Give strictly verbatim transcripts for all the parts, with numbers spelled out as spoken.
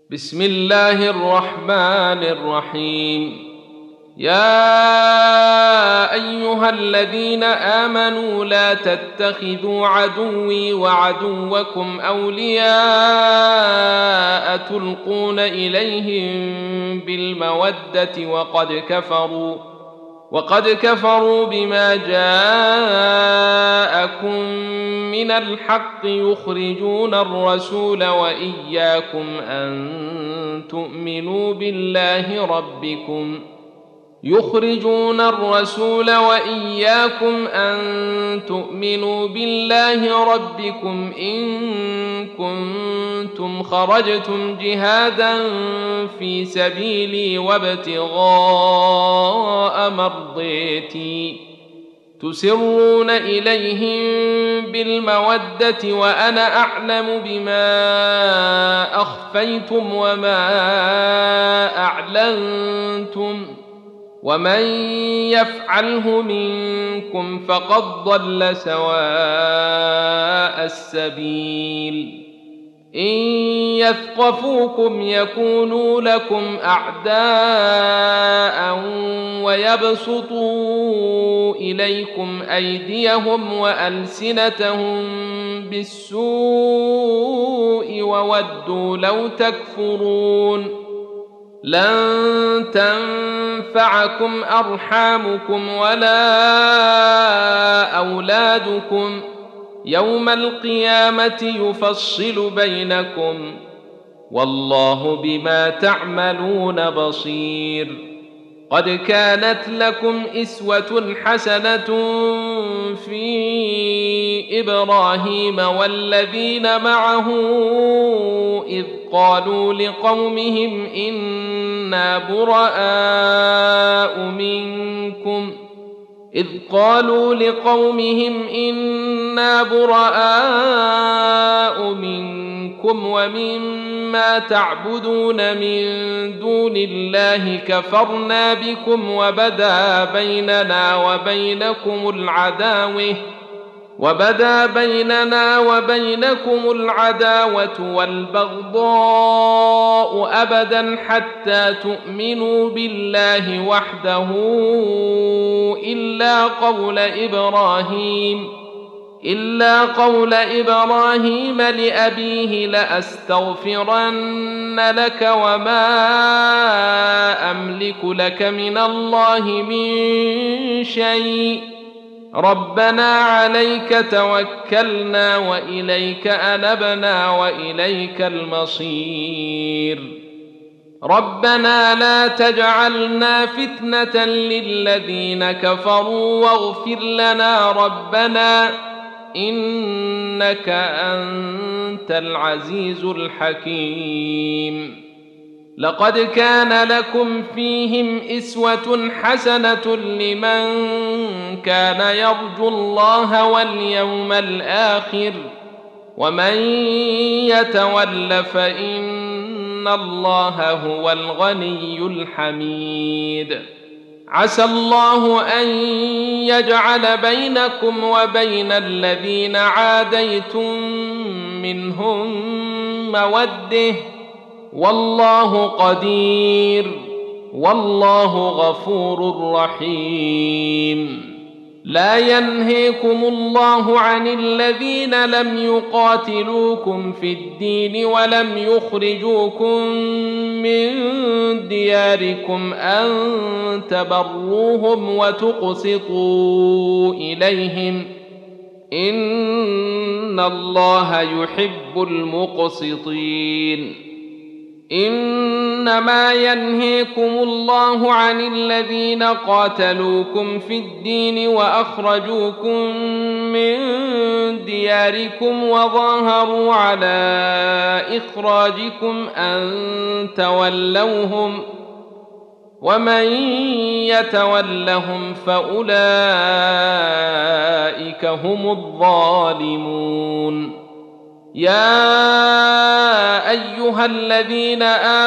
بسم الله الرحمن الرحيم. يا أيها الذين آمنوا لا تتخذوا عدوي وعدوكم أولياء تلقون إليهم بالمودة وقد كفروا وقد كفروا بما جاءكم من الحق يخرجون الرسول وإياكم أن تؤمنوا بالله ربكم يخرجون الرسول وإياكم أن تؤمنوا بالله ربكم إن كنتم خرجتم جهادا في سبيلي وابتغاء مرضيتي تسرون إليهم بالمودة وأنا أعلم بما أخفيتم وما أعلنتم ومن يفعله منكم فقد ضل سواء السبيل. إن يثقفوكم يكونوا لكم أعداء ويبسطوا إليكم أيديهم وألسنتهم بالسوء وودوا لو تكفرون. لن تنفعكم أرحامكم ولا أولادكم يوم القيامة يفصل بينكم والله بما تعملون بصير. قد كانت لكم إسوة حسنة في إبراهيم والذين معه إذ قالوا لقومهم إنا براء منكم إذ قالوا لقومهم إنا براء منكم ومما تعبدون من دون الله كفرنا بكم وبدا بيننا وبينكم العداوة وبدا بيننا وبينكم العداوة والبغضاء أبدا حتى تؤمنوا بالله وحده إلا قول إبراهيم إلا قول إبراهيم لأبيه لأستغفرن لك وما أملك لك من الله من شيء ربنا عليك توكلنا وإليك أنبنا وإليك المصير. ربنا لا تجعلنا فتنة للذين كفروا واغفر لنا ربنا إنك أنت العزيز الحكيم. لقد كان لكم فيهم إسوة حسنة لمن كان يرجو الله واليوم الآخر ومن يتول فإن الله هو الغني الحميد. عسى الله أن يجعل بينكم وبين الذين عاديتم منهم مودة والله قدير والله غفور رحيم. لا ينهيكم الله عن الذين لم يقاتلوكم في الدين ولم يخرجوكم من دياركم أن تبروهم وتقسطوا إليهم إن الله يحب المقسطين. إنما ينهيكم الله عن الذين قاتلوكم في الدين وأخرجوكم من دياركم وظاهروا على إخراجكم أن تولوهم ومن يتولهم فأولئك هم الظالمون. يا أيها الذين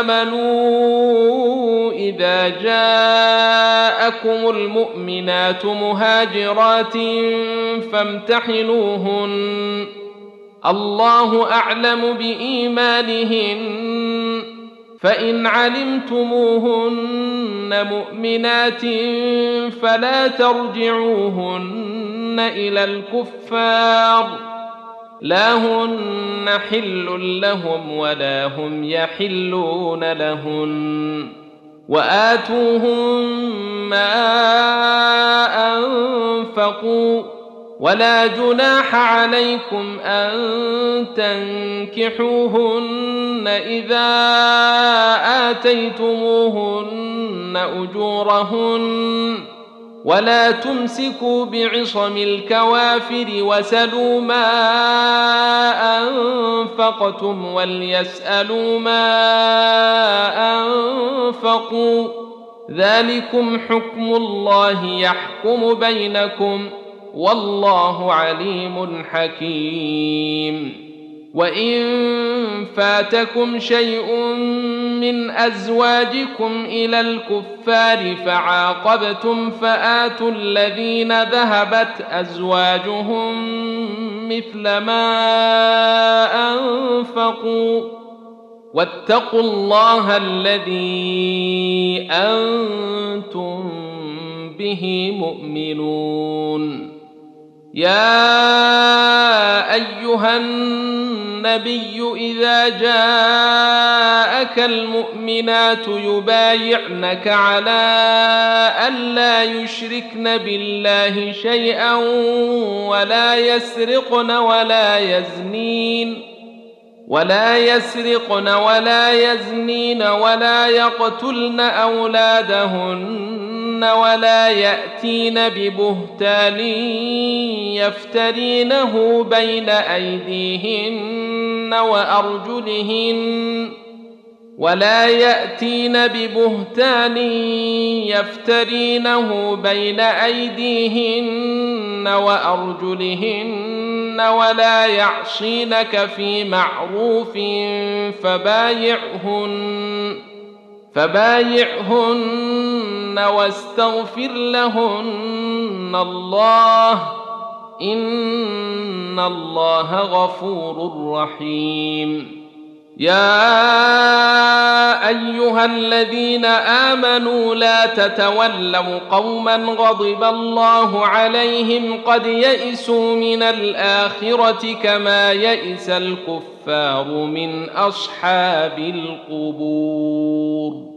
آمنوا إذا جاءكم المؤمنات مهاجرات فامتحنوهن الله أعلم بإيمانهن فإن علمتموهن مؤمنات فلا ترجعوهن إلى الكفار لا هن حل لهم ولا هم يحلون لهن وآتوهم ما أنفقوا ولا جناح عليكم أن تنكحوهن إذا آتيتموهن أجورهن ولا تمسكوا بعصم الكوافر وسلوا ما أنفقتم وليسألوا ما أنفقوا ذلكم حكم الله يحكم بينكم والله عليم حكيم وإن فاتكم شيء من أزواجكم إلى الكفار فعاقبتم فآتوا الذين ذهبت أزواجهم مثل ما أنفقوا واتقوا الله الذي أنتم به مؤمنون يا أيها النبي إذا جاءك المؤمنات يبايعنك على ألا يشركن بالله شيئا ولا يسرقن ولا يزنين ولا يسرقن ولا يزنين ولا يقتلن أولادهن ولا يأتين ببهتان يفترينه بين أيديهن وأرجلهن ولا يأتين ببهتان يفترينه بين أيديهن وأرجلهن ولا يعصينك في معروف فبايعهن فبايعهن واستغفر لهن الله إن الله غفور رحيم يا أيها الذين آمنوا لا تتولوا قوما غضب الله عليهم قد يئسوا من الآخرة كما يئس الكفار من أصحاب القبور